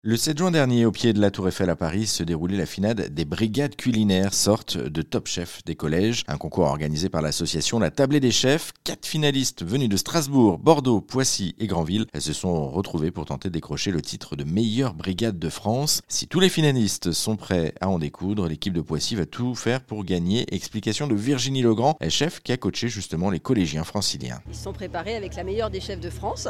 Le 7 juin dernier, au pied de la Tour Eiffel à Paris, se déroulait la finale des brigades culinaires, sorte de top chefs des collèges. Un concours organisé par l'association La Tablée des Chefs. 4 finalistes venus de Strasbourg, Bordeaux, Poissy et Granville. Elles se sont retrouvées pour tenter de décrocher le titre de meilleure brigade de France. Si tous les finalistes sont prêts à en découdre, l'équipe de Poissy va tout faire pour gagner. Explication de Virginie Legrand, chef qui a coaché justement les collégiens franciliens. Ils se sont préparés avec la meilleure des chefs de France,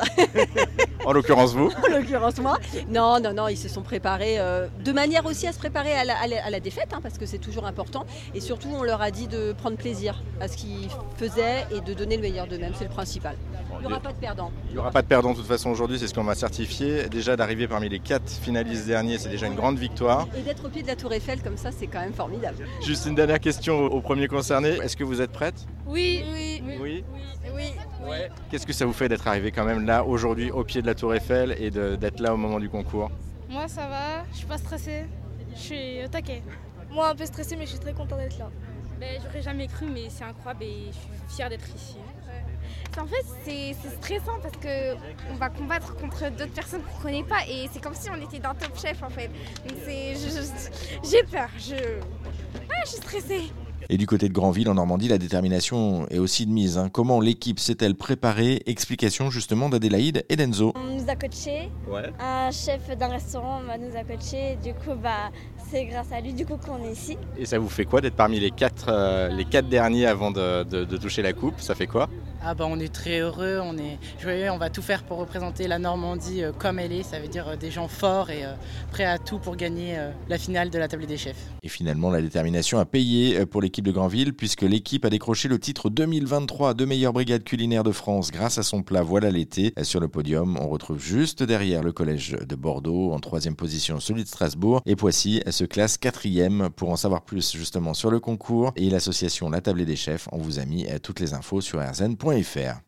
En l'occurrence vous. en l'occurrence moi. Non, ils se sont préparés de manière aussi à se préparer à la défaite, parce que c'est toujours important. Et surtout, on leur a dit de prendre plaisir à ce qu'ils faisaient et de donner le meilleur d'eux-mêmes, c'est le principal. Il n'y aura pas de perdants. Il n'y aura pas de perdants de toute façon aujourd'hui, c'est ce qu'on va certifier. Déjà d'arriver parmi les 4 finalistes derniers, c'est déjà une grande victoire. Et d'être au pied de la Tour Eiffel comme ça, c'est quand même formidable. Juste une dernière question au premier concerné. Est-ce que vous êtes prête ? Oui. Oui. Ouais. Qu'est-ce que ça vous fait d'être arrivé quand même là aujourd'hui au pied de la Tour Eiffel et d'être là au moment du concours ? Moi ça va, je suis pas stressée, je suis au taquet. Moi un peu stressée mais je suis très contente d'être là. J'aurais jamais cru mais c'est incroyable et je suis fière d'être ici. En fait, c'est stressant parce qu'on va combattre contre d'autres personnes qu'on ne connaît pas et c'est comme si on était dans Top Chef en fait. Donc j'ai peur, je suis stressée. Et du côté de Granville, en Normandie, la détermination est aussi de mise. Comment l'équipe s'est-elle préparée ? Explication justement d'Adélaïde et d'Enzo. On nous a coachés, un chef d'un restaurant nous a coachés, du coup c'est grâce à lui qu'on est ici. Et ça vous fait quoi d'être parmi les 4 derniers avant de toucher la coupe ? Ça fait quoi ? On est très heureux, on est joyeux, on va tout faire pour représenter la Normandie comme elle est, ça veut dire des gens forts et prêts à tout pour gagner la finale de la Tablée des Chefs. Et finalement, la détermination a payé pour l'équipe de Granville puisque l'équipe a décroché le titre 2023 de meilleure brigade culinaire de France grâce à son plat Voilà l'été. Sur le podium, on retrouve juste derrière le collège de Bordeaux, en 3e position celui de Strasbourg et Poissy se classe 4e. Pour en savoir plus justement sur le concours et l'association La Tablée des Chefs, on vous a mis toutes les infos sur rzn.fr.